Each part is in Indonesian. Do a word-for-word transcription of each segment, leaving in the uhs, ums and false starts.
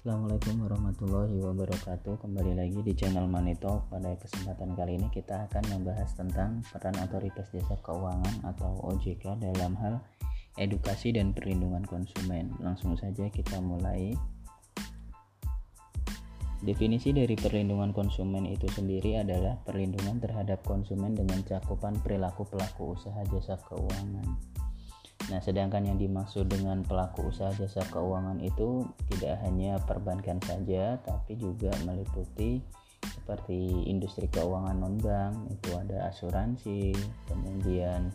Assalamualaikum warahmatullahi wabarakatuh. Kembali lagi di channel Money Talk. Pada kesempatan kali ini kita akan membahas tentang peran Otoritas Jasa Keuangan atau O J K dalam hal edukasi dan perlindungan konsumen. Langsung saja kita mulai. Definisi dari perlindungan konsumen itu sendiri adalah perlindungan terhadap konsumen dengan cakupan perilaku pelaku usaha jasa keuangan. Nah, sedangkan yang dimaksud dengan pelaku usaha jasa keuangan itu tidak hanya perbankan saja, tapi juga meliputi seperti industri keuangan non-bank, itu ada asuransi, kemudian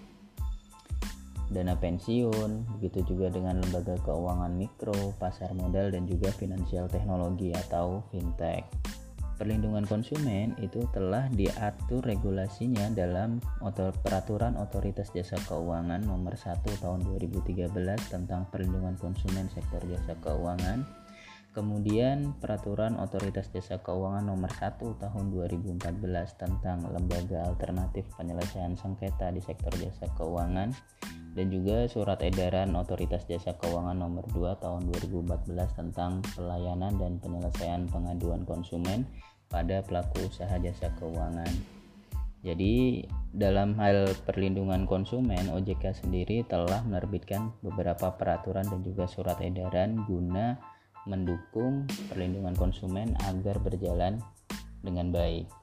dana pensiun, begitu juga dengan lembaga keuangan mikro, pasar modal, dan juga finansial teknologi atau fintech. Perlindungan konsumen itu telah diatur regulasinya dalam Peraturan Otoritas Jasa Keuangan Nomor satu Tahun dua ribu tiga belas tentang perlindungan konsumen sektor jasa keuangan. Kemudian Peraturan Otoritas Jasa Keuangan Nomor satu Tahun dua ribu empat belas tentang lembaga alternatif penyelesaian sengketa di sektor jasa keuangan, dan juga Surat Edaran Otoritas Jasa Keuangan Nomor dua Tahun dua ribu empat belas tentang pelayanan dan penyelesaian pengaduan konsumen pada pelaku usaha jasa keuangan. Jadi dalam hal perlindungan konsumen, O J K sendiri telah menerbitkan beberapa peraturan dan juga surat edaran guna mendukung perlindungan konsumen agar berjalan dengan baik.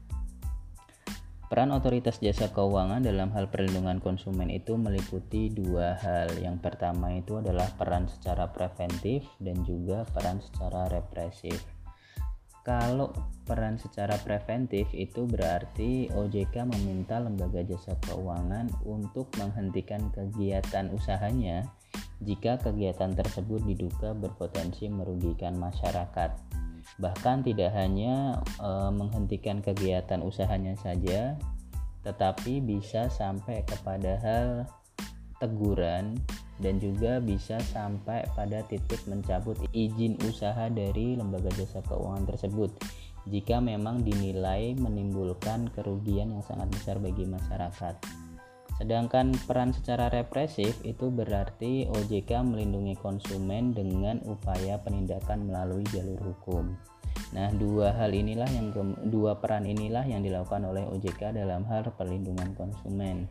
Peran Otoritas Jasa Keuangan dalam hal perlindungan konsumen itu meliputi dua hal. Yang pertama itu adalah peran secara preventif dan juga peran secara represif. Kalau peran secara preventif itu berarti O J K meminta lembaga jasa keuangan untuk menghentikan kegiatan usahanya jika kegiatan tersebut diduga berpotensi merugikan masyarakat. Bahkan tidak hanya e, menghentikan kegiatan usahanya saja, tetapi bisa sampai kepada hal teguran dan juga bisa sampai pada titik mencabut izin usaha dari lembaga jasa keuangan tersebut jika memang dinilai menimbulkan kerugian yang sangat besar bagi masyarakat. Sedangkan peran secara represif itu berarti O J K melindungi konsumen dengan upaya penindakan melalui jalur hukum. Nah, dua hal inilah yang dua peran inilah yang dilakukan oleh O J K dalam hal perlindungan konsumen.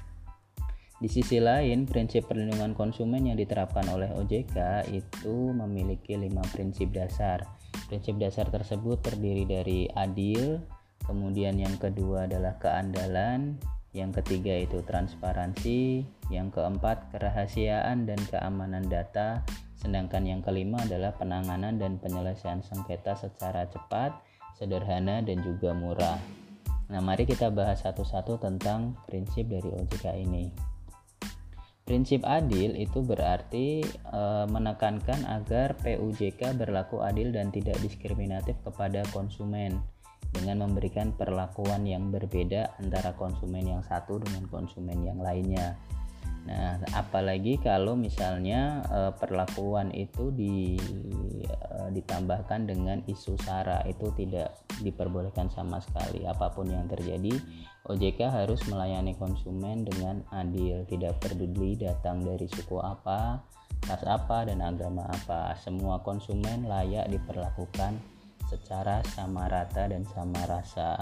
Di sisi lain, prinsip perlindungan konsumen yang diterapkan oleh O J K itu memiliki lima prinsip dasar. Prinsip dasar tersebut terdiri dari adil, kemudian yang kedua adalah keandalan, yang ketiga itu transparansi, yang keempat kerahasiaan dan keamanan data, sedangkan yang kelima adalah penanganan dan penyelesaian sengketa secara cepat, sederhana, dan juga murah. Nah, mari kita bahas satu-satu tentang prinsip dari O J K ini. Prinsip adil itu berarti e, menekankan agar P U J K berlaku adil dan tidak diskriminatif kepada konsumen dengan memberikan perlakuan yang berbeda antara konsumen yang satu dengan konsumen yang lainnya. Nah, apalagi kalau misalnya e, perlakuan itu di, e, ditambahkan dengan isu sara, itu tidak diperbolehkan sama sekali. Apapun yang terjadi, O J K harus melayani konsumen dengan adil, tidak peduli datang dari suku apa, ras apa, dan agama apa. Semua konsumen layak diperlakukan secara sama rata dan sama rasa.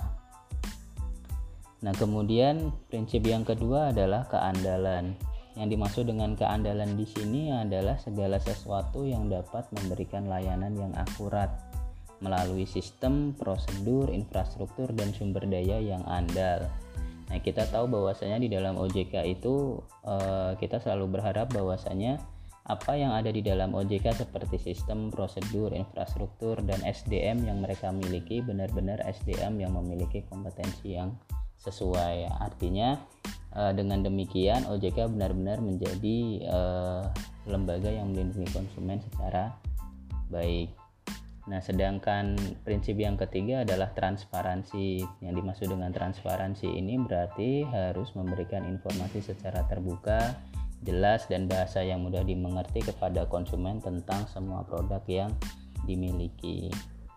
Nah, kemudian prinsip yang kedua adalah keandalan. Yang dimaksud dengan keandalan di sini adalah segala sesuatu yang dapat memberikan layanan yang akurat melalui sistem, prosedur, infrastruktur, dan sumber daya yang andal. Nah, kita tahu bahwasanya di dalam O J K itu eh, kita selalu berharap bahwasanya apa yang ada di dalam O J K seperti sistem, prosedur, infrastruktur, dan S D M yang mereka miliki benar-benar S D M yang memiliki kompetensi yang sesuai. Artinya eh, dengan demikian O J K benar-benar menjadi eh, lembaga yang melindungi konsumen secara baik. Nah, sedangkan prinsip yang ketiga adalah transparansi. Yang dimaksud dengan transparansi ini berarti harus memberikan informasi secara terbuka, jelas, dan bahasa yang mudah dimengerti kepada konsumen tentang semua produk yang dimiliki.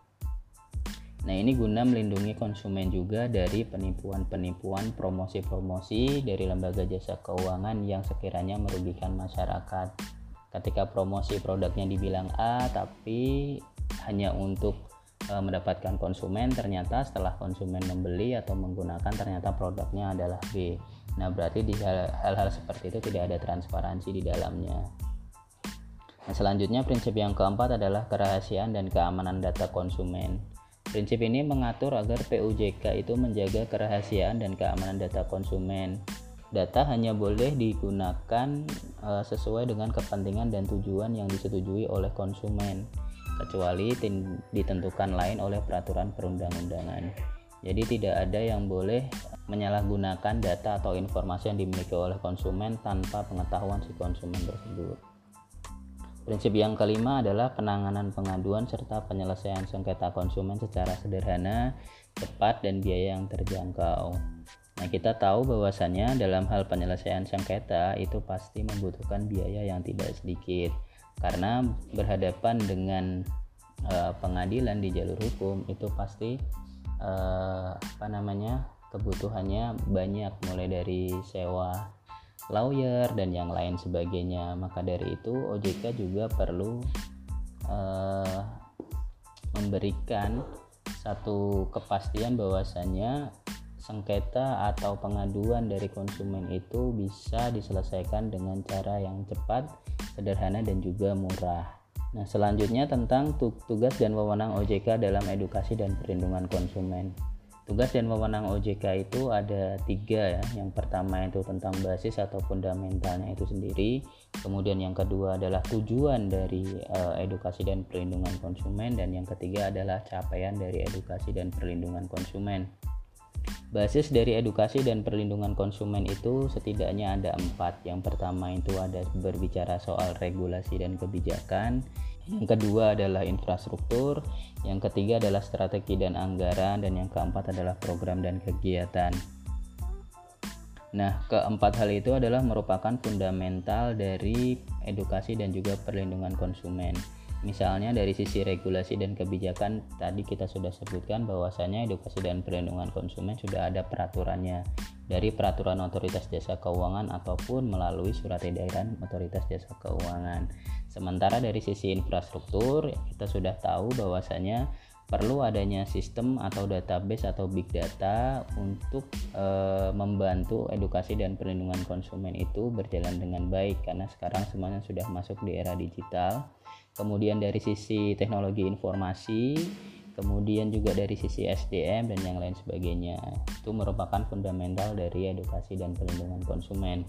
Nah, ini guna melindungi konsumen juga dari penipuan-penipuan, promosi-promosi dari lembaga jasa keuangan yang sekiranya merugikan masyarakat. ketika promosi produknya dibilang A tapi hanya untuk e, mendapatkan konsumen, ternyata setelah konsumen membeli atau menggunakan ternyata produknya adalah B. Nah, berarti di hal-hal seperti itu tidak ada transparansi di dalamnya. Nah, selanjutnya prinsip yang keempat adalah kerahasiaan dan keamanan data konsumen. Prinsip ini mengatur agar P O J K itu menjaga kerahasiaan dan keamanan data konsumen. Data hanya boleh digunakan e, sesuai dengan kepentingan dan tujuan yang disetujui oleh konsumen, kecuali tin, ditentukan lain oleh peraturan perundang-undangan. Jadi tidak ada yang boleh menyalahgunakan data atau informasi yang dimiliki oleh konsumen tanpa pengetahuan si konsumen tersebut. Prinsip yang kelima adalah penanganan pengaduan serta penyelesaian sengketa konsumen secara sederhana, cepat, dan biaya yang terjangkau. Nah, kita tahu bahwasannya dalam hal penyelesaian sengketa itu pasti membutuhkan biaya yang tidak sedikit, karena berhadapan dengan uh, pengadilan di jalur hukum itu pasti uh, apa namanya kebutuhannya banyak, mulai dari sewa lawyer dan yang lain sebagainya. Maka dari itu O J K juga perlu uh, memberikan satu kepastian bahwasannya sengketa atau pengaduan dari konsumen itu bisa diselesaikan dengan cara yang cepat, sederhana, dan juga murah. Nah, selanjutnya tentang tugas dan wewenang O J K dalam edukasi dan perlindungan konsumen. Tugas dan wewenang O J K itu ada tiga ya. Yang pertama itu tentang basis atau fundamentalnya itu sendiri. Kemudian yang kedua adalah tujuan dari uh, edukasi dan perlindungan konsumen. Dan yang ketiga adalah capaian dari edukasi dan perlindungan konsumen. Basis dari edukasi dan perlindungan konsumen itu setidaknya ada empat. Yang pertama itu ada berbicara soal regulasi dan kebijakan. Yang kedua adalah infrastruktur. Yang ketiga adalah strategi dan anggaran. Dan yang keempat adalah program dan kegiatan. Nah, keempat hal itu adalah merupakan fundamental dari edukasi dan juga perlindungan konsumen. Misalnya dari sisi regulasi dan kebijakan, tadi kita sudah sebutkan bahwasanya edukasi dan perlindungan konsumen sudah ada peraturannya dari peraturan otoritas jasa keuangan ataupun melalui surat edaran otoritas jasa keuangan. Sementara dari sisi infrastruktur, kita sudah tahu bahwasanya perlu adanya sistem atau database atau big data untuk e, membantu edukasi dan perlindungan konsumen itu berjalan dengan baik, karena sekarang semuanya sudah masuk di era digital. Kemudian dari sisi teknologi informasi, kemudian juga dari sisi S D M dan yang lain sebagainya. Itu merupakan fundamental dari edukasi dan perlindungan konsumen.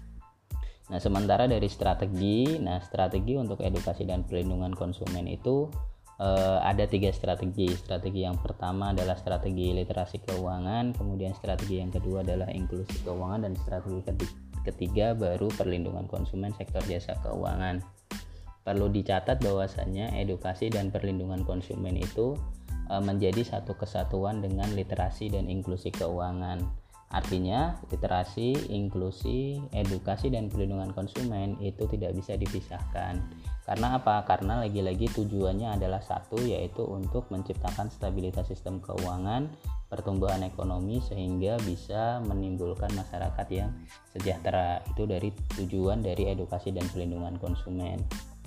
Nah, sementara dari strategi, nah strategi untuk edukasi dan perlindungan konsumen itu eh, ada tiga strategi. Strategi yang pertama adalah strategi literasi keuangan, kemudian strategi yang kedua adalah inklusi keuangan, dan strategi ketiga baru perlindungan konsumen sektor jasa keuangan. Perlu dicatat bahwasannya edukasi dan perlindungan konsumen itu e, menjadi satu kesatuan dengan literasi dan inklusi keuangan. Artinya literasi, inklusi, edukasi, dan perlindungan konsumen itu tidak bisa dipisahkan. Karena apa? Karena lagi-lagi tujuannya adalah satu, yaitu untuk menciptakan stabilitas sistem keuangan, pertumbuhan ekonomi, sehingga bisa menimbulkan masyarakat yang sejahtera. Itu dari tujuan dari edukasi dan perlindungan konsumen.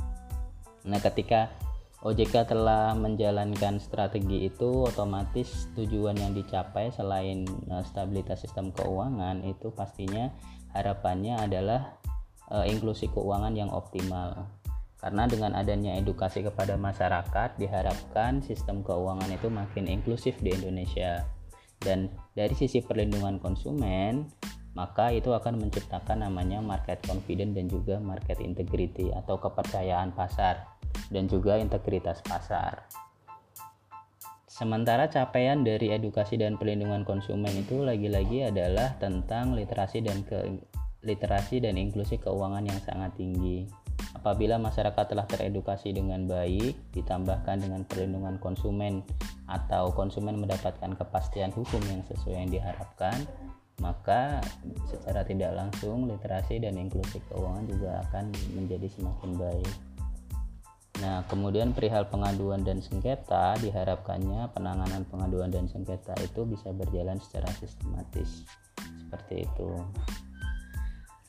Nah, ketika O J K telah menjalankan strategi itu, otomatis tujuan yang dicapai selain uh, stabilitas sistem keuangan itu pastinya harapannya adalah uh, inklusi keuangan yang optimal. Karena dengan adanya edukasi kepada masyarakat diharapkan sistem keuangan itu makin inklusif di Indonesia. Dan dari sisi perlindungan konsumen, maka itu akan menciptakan namanya market confidence dan juga market integrity atau kepercayaan pasar dan juga integritas pasar. Sementara capaian dari edukasi dan perlindungan konsumen itu lagi-lagi adalah tentang literasi dan ke literasi dan inklusi keuangan yang sangat tinggi. Apabila masyarakat telah teredukasi dengan baik, ditambahkan dengan perlindungan konsumen atau konsumen mendapatkan kepastian hukum yang sesuai yang diharapkan, maka secara tidak langsung literasi dan inklusi keuangan juga akan menjadi semakin baik. Nah, kemudian perihal pengaduan dan sengketa, diharapkannya penanganan pengaduan dan sengketa itu bisa berjalan secara sistematis. Seperti itu.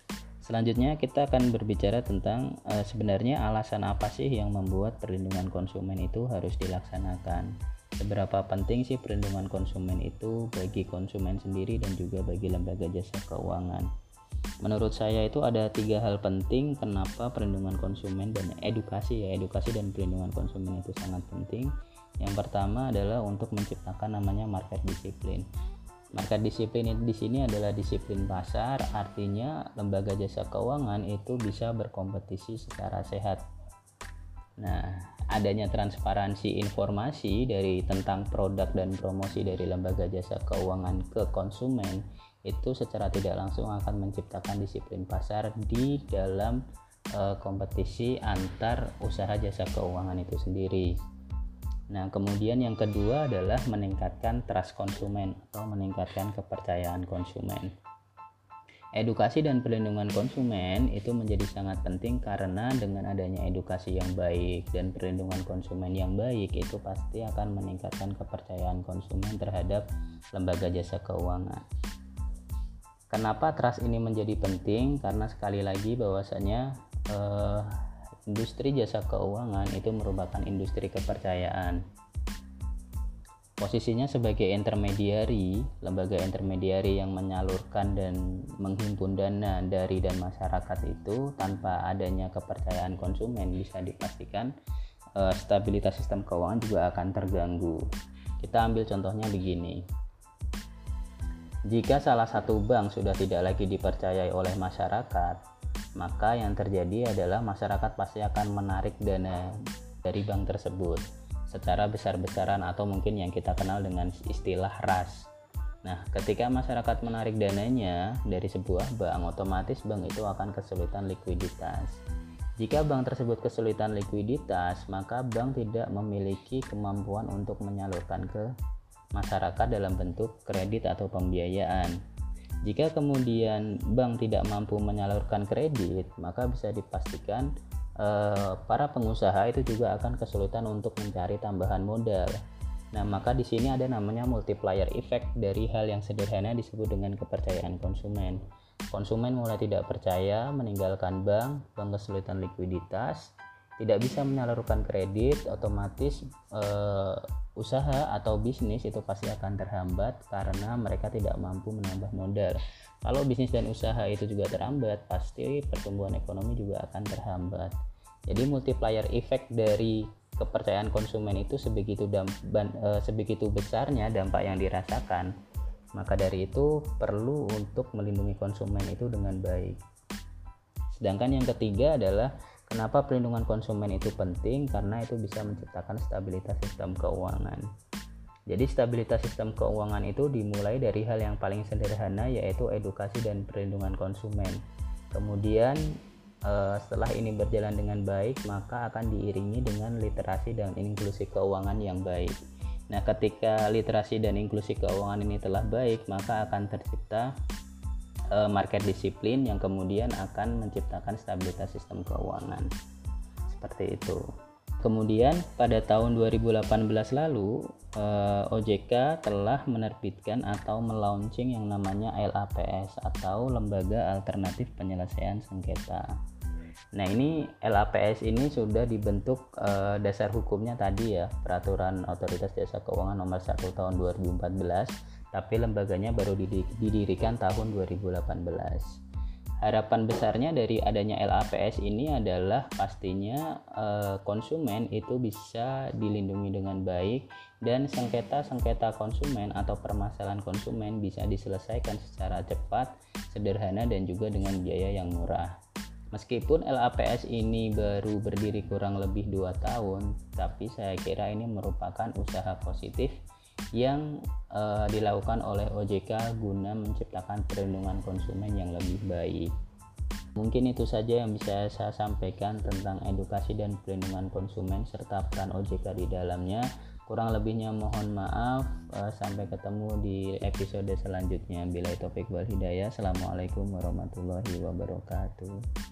Selanjutnya kita akan berbicara tentang e, sebenarnya alasan apa sih yang membuat perlindungan konsumen itu harus dilaksanakan. Seberapa penting sih perlindungan konsumen itu bagi konsumen sendiri dan juga bagi lembaga jasa keuangan. Menurut saya itu ada tiga hal penting kenapa perlindungan konsumen dan edukasi ya edukasi dan perlindungan konsumen itu sangat penting. Yang pertama adalah untuk menciptakan namanya market disiplin. Market disiplin di sini adalah disiplin pasar, artinya lembaga jasa keuangan itu bisa berkompetisi secara sehat. Nah, adanya transparansi informasi dari tentang produk dan promosi dari lembaga jasa keuangan ke konsumen itu secara tidak langsung akan menciptakan disiplin pasar di dalam e, kompetisi antar usaha jasa keuangan itu sendiri. Nah, kemudian yang kedua adalah meningkatkan trust konsumen atau meningkatkan kepercayaan konsumen. Edukasi dan perlindungan konsumen itu menjadi sangat penting karena dengan adanya edukasi yang baik dan perlindungan konsumen yang baik itu pasti akan meningkatkan kepercayaan konsumen terhadap lembaga jasa keuangan. Kenapa trust ini menjadi penting? Karena sekali lagi bahwasanya eh, industri jasa keuangan itu merupakan industri kepercayaan. Posisinya sebagai intermediari, lembaga intermediari yang menyalurkan dan menghimpun dana dari dan masyarakat itu tanpa adanya kepercayaan konsumen bisa dipastikan eh, stabilitas sistem keuangan juga akan terganggu. Kita ambil contohnya begini. Jika salah satu bank sudah tidak lagi dipercayai oleh masyarakat, maka yang terjadi adalah masyarakat pasti akan menarik dana dari bank tersebut secara besar-besaran atau mungkin yang kita kenal dengan istilah ras. Nah, ketika masyarakat menarik dananya dari sebuah bank, otomatis bank itu akan kesulitan likuiditas. Jika bank tersebut kesulitan likuiditas, maka bank tidak memiliki kemampuan untuk menyalurkan ke masyarakat dalam bentuk kredit atau pembiayaan. Jika kemudian bank tidak mampu menyalurkan kredit, maka bisa dipastikan eh, para pengusaha itu juga akan kesulitan untuk mencari tambahan modal. Nah, maka di sini ada namanya multiplier effect dari hal yang sederhana disebut dengan kepercayaan konsumen. Konsumen mulai tidak percaya, meninggalkan bank, bank kesulitan likuiditas, tidak bisa menyalurkan kredit, otomatis eh, usaha atau bisnis itu pasti akan terhambat karena mereka tidak mampu menambah modal. Kalau bisnis dan usaha itu juga terhambat, pasti pertumbuhan ekonomi juga akan terhambat. Jadi multiplier effect dari kepercayaan konsumen itu sebegitu damp- eh, sebegitu besarnya dampak yang dirasakan. Maka dari itu perlu untuk melindungi konsumen itu dengan baik. Sedangkan yang ketiga adalah kenapa perlindungan konsumen itu penting? Karena itu bisa menciptakan stabilitas sistem keuangan. Jadi stabilitas sistem keuangan itu dimulai dari hal yang paling sederhana, yaitu edukasi dan perlindungan konsumen. Kemudian eh, setelah ini berjalan dengan baik, maka akan diiringi dengan literasi dan inklusi keuangan yang baik. Nah, ketika literasi dan inklusi keuangan ini telah baik, maka akan tercipta market disiplin yang kemudian akan menciptakan stabilitas sistem keuangan. Seperti itu. Kemudian pada tahun dua ribu delapan belas lalu O J K telah menerbitkan atau melaunching yang namanya L A P S atau Lembaga Alternatif Penyelesaian Sengketa. Nah, ini L A P S ini sudah dibentuk eh, dasar hukumnya tadi ya, Peraturan Otoritas Jasa Keuangan Nomor satu Tahun dua ribu empat belas. Tapi lembaganya baru didirikan tahun dua ribu delapan belas. Harapan besarnya dari adanya L A P S ini adalah pastinya eh, konsumen itu bisa dilindungi dengan baik dan sengketa-sengketa konsumen atau permasalahan konsumen bisa diselesaikan secara cepat, sederhana dan juga dengan biaya yang murah. Meskipun L A P S ini baru berdiri kurang lebih dua tahun, tapi saya kira ini merupakan usaha positif yang uh, dilakukan oleh O J K guna menciptakan perlindungan konsumen yang lebih baik. Mungkin itu saja yang bisa saya sampaikan tentang edukasi dan perlindungan konsumen serta peran O J K di dalamnya. Kurang lebihnya mohon maaf. Uh, sampai ketemu di episode selanjutnya. Billahi taufik wal hidayah. Assalamualaikum warahmatullahi wabarakatuh.